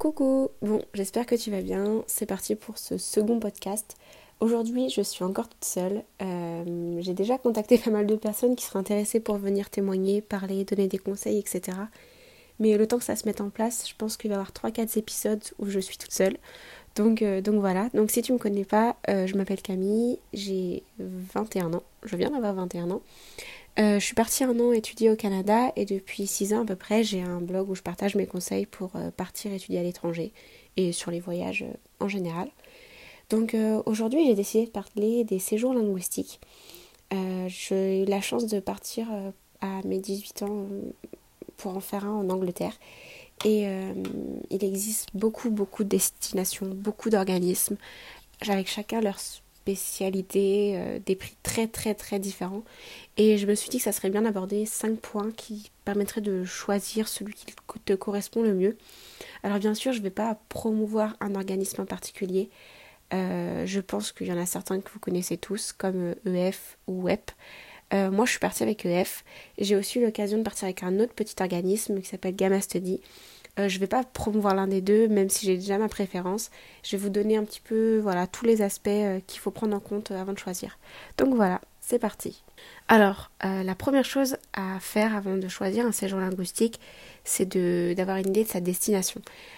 Coucou, bon, j'espère que tu vas bien. C'est parti pour ce second podcast. Aujourd'hui, je suis encore toute seule. J'ai déjà contacté pas mal de personnes qui seraient intéressées pour venir témoigner, parler, donner des conseils, etc. Mais le temps que ça se mette en place, je pense qu'il va y avoir 3-4 épisodes où je suis toute seule. Donc voilà. Donc si tu me connais pas, je m'appelle Camille, j'ai 21 ans. Je viens d'avoir 21 ans. Je suis partie un an étudier au Canada et depuis 6 ans à peu près, j'ai un blog où je partage mes conseils pour partir étudier à l'étranger et sur les voyages en général. Donc aujourd'hui, j'ai décidé de parler des séjours linguistiques. J'ai eu la chance de partir à mes 18 ans pour en faire un en Angleterre. Et il existe beaucoup de destinations, beaucoup d'organismes, avec chacun leur spécialité, des prix très différents. Et je me suis dit que ça serait bien d'aborder 5 points qui permettraient de choisir celui qui te correspond le mieux. Alors bien sûr, je ne vais pas promouvoir un organisme en particulier. Je pense qu'il y en a certains que vous connaissez tous, comme EF ou WEP. Moi, je suis partie avec EF. J'ai aussi eu l'occasion de partir avec un autre petit organisme qui s'appelle Gamma Study. Je ne vais pas promouvoir l'un des deux, même si j'ai déjà ma préférence. Je vais vous donner un petit peu tous les aspects qu'il faut prendre en compte avant de choisir. Donc voilà, c'est parti. Alors, la première chose à faire avant de choisir un séjour linguistique, c'est d'avoir une idée de sa destination.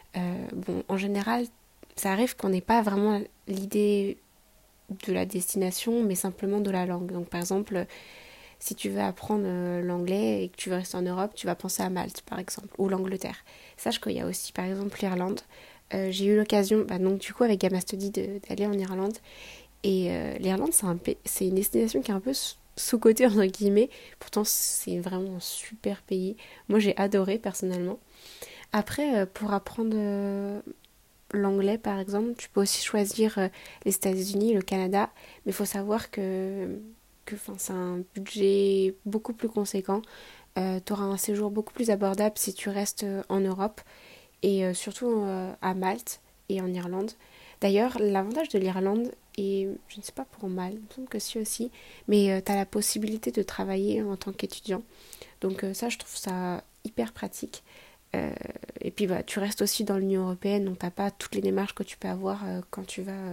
En général, ça arrive qu'on n'ait pas vraiment l'idée de la destination, mais simplement de la langue. Donc par exemple, si tu veux apprendre l'anglais et que tu veux rester en Europe, tu vas penser à Malte, par exemple, ou l'Angleterre. Sache qu'il y a aussi, par exemple, l'Irlande. J'ai eu l'occasion, donc du coup, avec Gamma Study, d'aller en Irlande. Et l'Irlande, c'est une destination qui est un peu sous-cotée, entre guillemets. Pourtant, c'est vraiment un super pays. Moi, j'ai adoré, personnellement. Après, pour apprendre l'anglais, par exemple, tu peux aussi choisir les États-Unis, le Canada. Mais il faut savoir que c'est un budget beaucoup plus conséquent. Tu auras un séjour beaucoup plus abordable si tu restes en Europe et surtout à Malte et en Irlande. D'ailleurs, l'avantage de l'Irlande, et je ne sais pas pour Malte, il me semble que si aussi, mais tu as la possibilité de travailler en tant qu'étudiant. Donc ça, je trouve ça hyper pratique. Et puis tu restes aussi dans l'Union Européenne, donc tu n'as pas toutes les démarches que tu peux avoir quand tu vas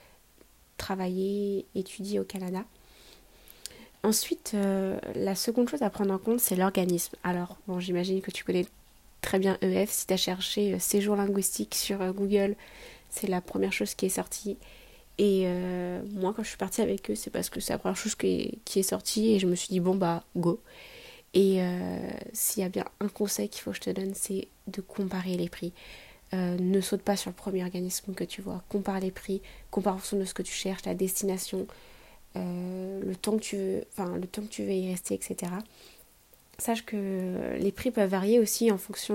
travailler, étudier au Canada. Ensuite, la seconde chose à prendre en compte, c'est l'organisme. Alors, j'imagine que tu connais très bien EF. Si tu as cherché séjour linguistique sur Google, c'est la première chose qui est sortie. Et moi, quand je suis partie avec eux, c'est parce que c'est la première chose qui est sortie. Et je me suis dit, go. Et s'il y a bien un conseil qu'il faut que je te donne, c'est de comparer les prix. Ne saute pas sur le premier organisme que tu vois. Compare les prix, compare en fonction de ce que tu cherches, la destination, le temps que tu veux y rester, etc. Sache que les prix peuvent varier aussi en fonction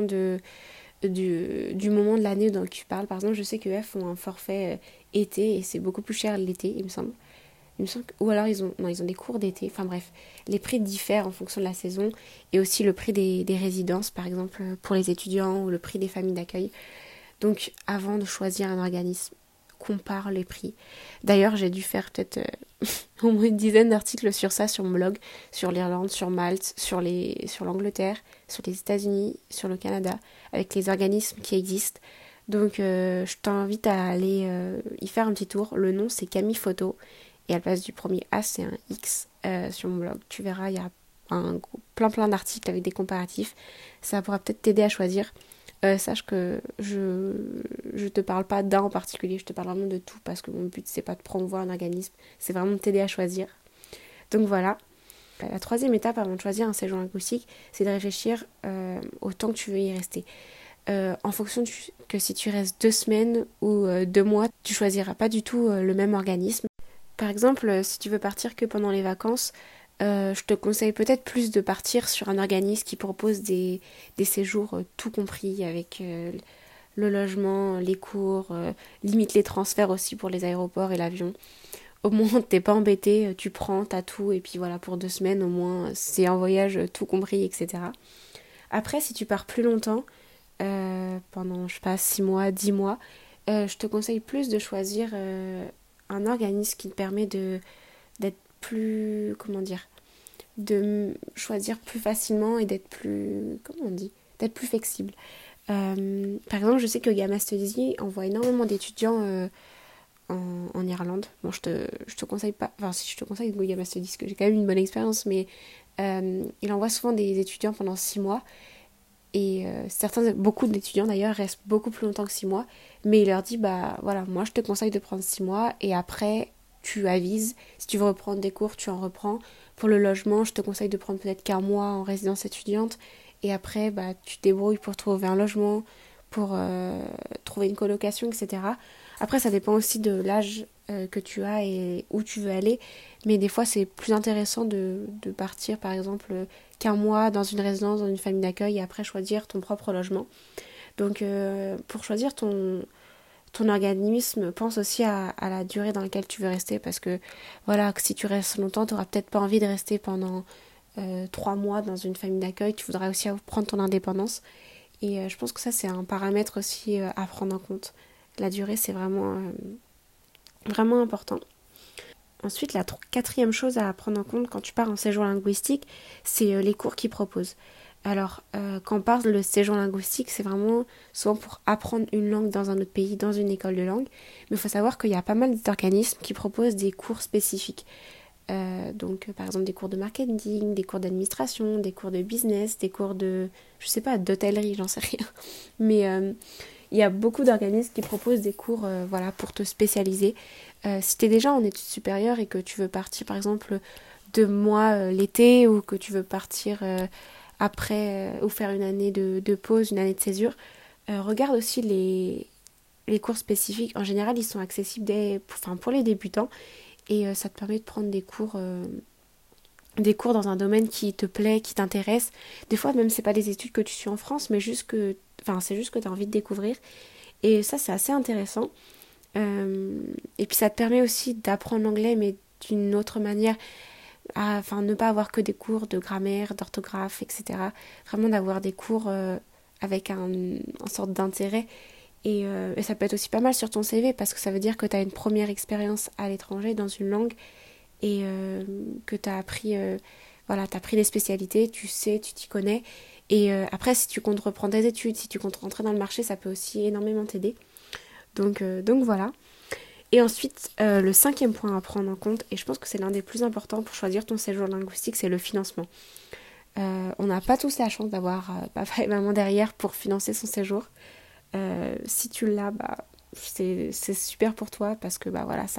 du moment de l'année dont tu parles. Par exemple, je sais que EF font un forfait été et c'est beaucoup plus cher l'été, il me semble. Ou alors ils ont des cours d'été. Enfin bref, les prix diffèrent en fonction de la saison et aussi le prix des résidences, par exemple pour les étudiants ou le prix des familles d'accueil. Donc avant de choisir un organisme, compare les prix. D'ailleurs, j'ai dû faire peut-être au moins une dizaine d'articles sur ça sur mon blog, sur l'Irlande, sur Malte, sur l'Angleterre, sur les États-Unis, sur le Canada, avec les organismes qui existent. Donc je t'invite à aller y faire un petit tour. Le nom c'est Camille Photo et à la place du premier A c'est un X sur mon blog. Tu verras, il y a plein d'articles avec des comparatifs. Ça pourra peut-être t'aider à choisir. Sache que je te parle pas d'un en particulier, je te parle vraiment de tout parce que mon but c'est pas de promouvoir un organisme, c'est vraiment de t'aider à choisir. Donc voilà. La troisième étape avant de choisir un séjour linguistique, c'est de réfléchir au temps que tu veux y rester. En fonction que si tu restes 2 semaines ou 2 mois, tu choisiras pas du tout le même organisme. Par exemple, si tu veux partir que pendant les vacances, je te conseille peut-être plus de partir sur un organisme qui propose des séjours tout compris avec le logement, les cours, limite les transferts aussi pour les aéroports et l'avion. Au moins t'es pas embêté, tu prends, t'as tout et puis voilà pour 2 semaines au moins c'est un voyage tout compris, etc. Après si tu pars plus longtemps, pendant je sais pas 6 mois, 10 mois, je te conseille plus de choisir un organisme qui te permet d'être plus, comment dire, de choisir plus facilement et d'être plus, comment on dit, d'être plus flexible. Par exemple, je sais que Gamma Studies envoie énormément d'étudiants en Irlande. Bon, je te conseille pas, enfin si je te conseille Go Gamma Studies, parce que j'ai quand même une bonne expérience, mais il envoie souvent des étudiants pendant 6 mois. Et beaucoup d'étudiants d'ailleurs restent beaucoup plus longtemps que 6 mois, mais il leur dit, bah voilà, moi je te conseille de prendre 6 mois et après tu avises, si tu veux reprendre des cours, tu en reprends. Pour le logement, je te conseille de prendre peut-être qu'un mois en résidence étudiante et après bah, tu te débrouilles pour trouver un logement, pour trouver une colocation, etc. Après, ça dépend aussi de l'âge que tu as et où tu veux aller, mais des fois c'est plus intéressant de partir par exemple qu'un mois dans une résidence, dans une famille d'accueil et après choisir ton propre logement. Donc pour choisir ton organisme, pense aussi à la durée dans laquelle tu veux rester parce que voilà, que si tu restes longtemps, tu n'auras peut-être pas envie de rester pendant 3 mois dans une famille d'accueil, tu voudras aussi prendre ton indépendance. Et je pense que ça c'est un paramètre aussi à prendre en compte. La durée c'est vraiment important. Ensuite, la quatrième chose à prendre en compte quand tu pars en séjour linguistique, c'est les cours qu'ils proposent. Alors, quand on parle de séjour linguistique, c'est vraiment souvent pour apprendre une langue dans un autre pays, dans une école de langue. Mais il faut savoir qu'il y a pas mal d'organismes qui proposent des cours spécifiques. Donc, par exemple, des cours de marketing, des cours d'administration, des cours de business, des cours de, je sais pas, d'hôtellerie, j'en sais rien. Mais il y a beaucoup d'organismes qui proposent des cours voilà, pour te spécialiser. Si tu es déjà en études supérieures et que tu veux partir par exemple 2 mois l'été ou que tu veux partir après ou faire une année de pause, une année de césure, regarde aussi les cours spécifiques. En général, ils sont accessibles pour les débutants et ça te permet de prendre des cours dans un domaine qui te plaît, qui t'intéresse. Des fois, même, c'est pas des études que tu suis en France, mais c'est juste que tu as envie de découvrir. Et ça, c'est assez intéressant. Et puis, ça te permet aussi d'apprendre l'anglais, mais d'une autre manière. Enfin, ne pas avoir que des cours de grammaire, d'orthographe, etc. Vraiment d'avoir des cours avec une sorte d'intérêt. Et ça peut être aussi pas mal sur ton CV parce que ça veut dire que tu as une première expérience à l'étranger dans une langue et que tu as appris, voilà, t'as pris des spécialités, tu sais, tu t'y connais. Et après, si tu comptes reprendre tes études, si tu comptes rentrer dans le marché, ça peut aussi énormément t'aider. Donc voilà. Et ensuite, le cinquième point à prendre en compte, et je pense que c'est l'un des plus importants pour choisir ton séjour linguistique, c'est le financement. On n'a pas tous la chance d'avoir papa et maman derrière pour financer son séjour. Si tu l'as, bah, c'est super pour toi parce que bah, voilà,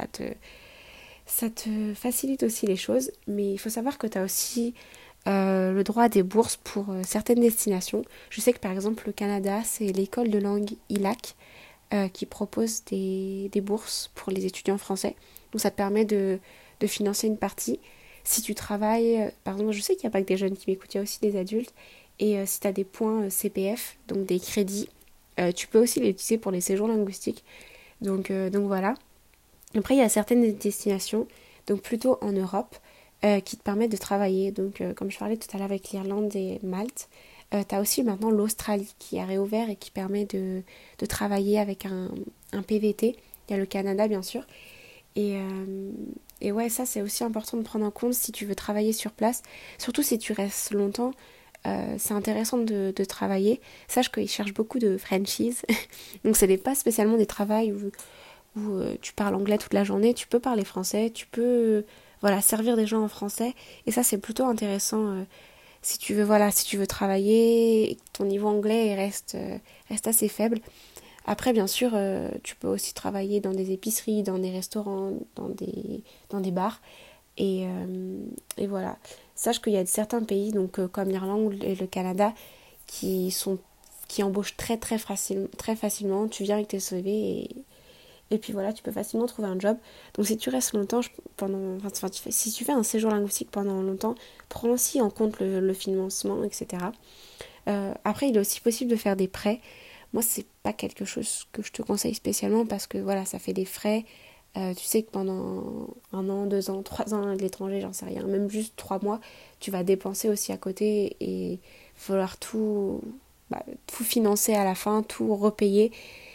ça te facilite aussi les choses. Mais il faut savoir que tu as aussi le droit à des bourses pour certaines destinations. Je sais que par exemple le Canada, c'est l'école de langue ILAC qui propose des bourses pour les étudiants français. Donc ça te permet de financer une partie. Si tu travailles, par exemple, je sais qu'il n'y a pas que des jeunes qui m'écoutent, il y a aussi des adultes. Et si tu as des points CPF, donc des crédits, tu peux aussi les utiliser pour les séjours linguistiques. Donc voilà. Après, il y a certaines destinations, donc plutôt en Europe, qui te permettent de travailler. Donc comme je parlais tout à l'heure avec l'Irlande et Malte, tu as aussi maintenant l'Australie qui a réouvert et qui permet de travailler avec un PVT. Il y a le Canada bien sûr. Et ouais, ça c'est aussi important de prendre en compte si tu veux travailler sur place. Surtout si tu restes longtemps, c'est intéressant de travailler. Sache qu'ils cherchent beaucoup de Frenchies. Donc ce n'est pas spécialement des travails où tu parles anglais toute la journée. Tu peux parler français, tu peux voilà, servir des gens en français. Et ça c'est plutôt intéressant si tu veux travailler et que ton niveau anglais reste assez faible. Après, bien sûr, tu peux aussi travailler dans des épiceries, dans des restaurants, dans des bars. Et voilà. Sache qu'il y a certains pays, donc comme l'Irlande et le Canada, qui embauchent très facilement. Tu viens avec tes CV et puis voilà, tu peux facilement trouver un job. Donc si tu restes longtemps, si tu fais un séjour linguistique pendant longtemps, prends aussi en compte le financement, etc. Après, il est aussi possible de faire des prêts. Moi, c'est pas quelque chose que je te conseille spécialement parce que voilà, ça fait des frais. Tu sais que pendant 1 an, 2 ans, 3 ans à l'étranger, j'en sais rien, même juste 3 mois, tu vas dépenser aussi à côté et il va falloir tout financer à la fin, tout repayer,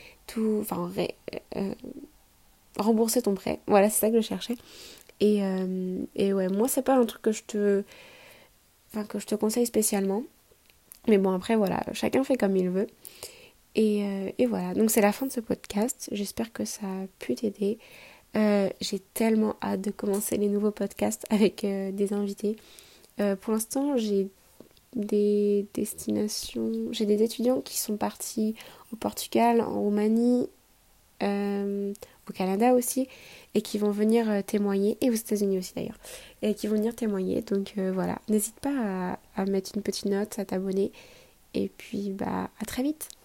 euh, rembourser ton prêt. Voilà, c'est ça que je cherchais. Et ouais, moi, c'est pas un truc que je te conseille spécialement. Mais bon, après, voilà, chacun fait comme il veut. Et voilà, donc c'est la fin de ce podcast. J'espère que ça a pu t'aider. J'ai tellement hâte de commencer les nouveaux podcasts avec des invités. Pour l'instant, j'ai des destinations, j'ai des étudiants qui sont partis au Portugal, en Roumanie, au Canada aussi, et qui vont venir témoigner, et aux États-Unis aussi d'ailleurs, et qui vont venir témoigner. Donc voilà, n'hésite pas à mettre une petite note, à t'abonner, et puis bah à très vite.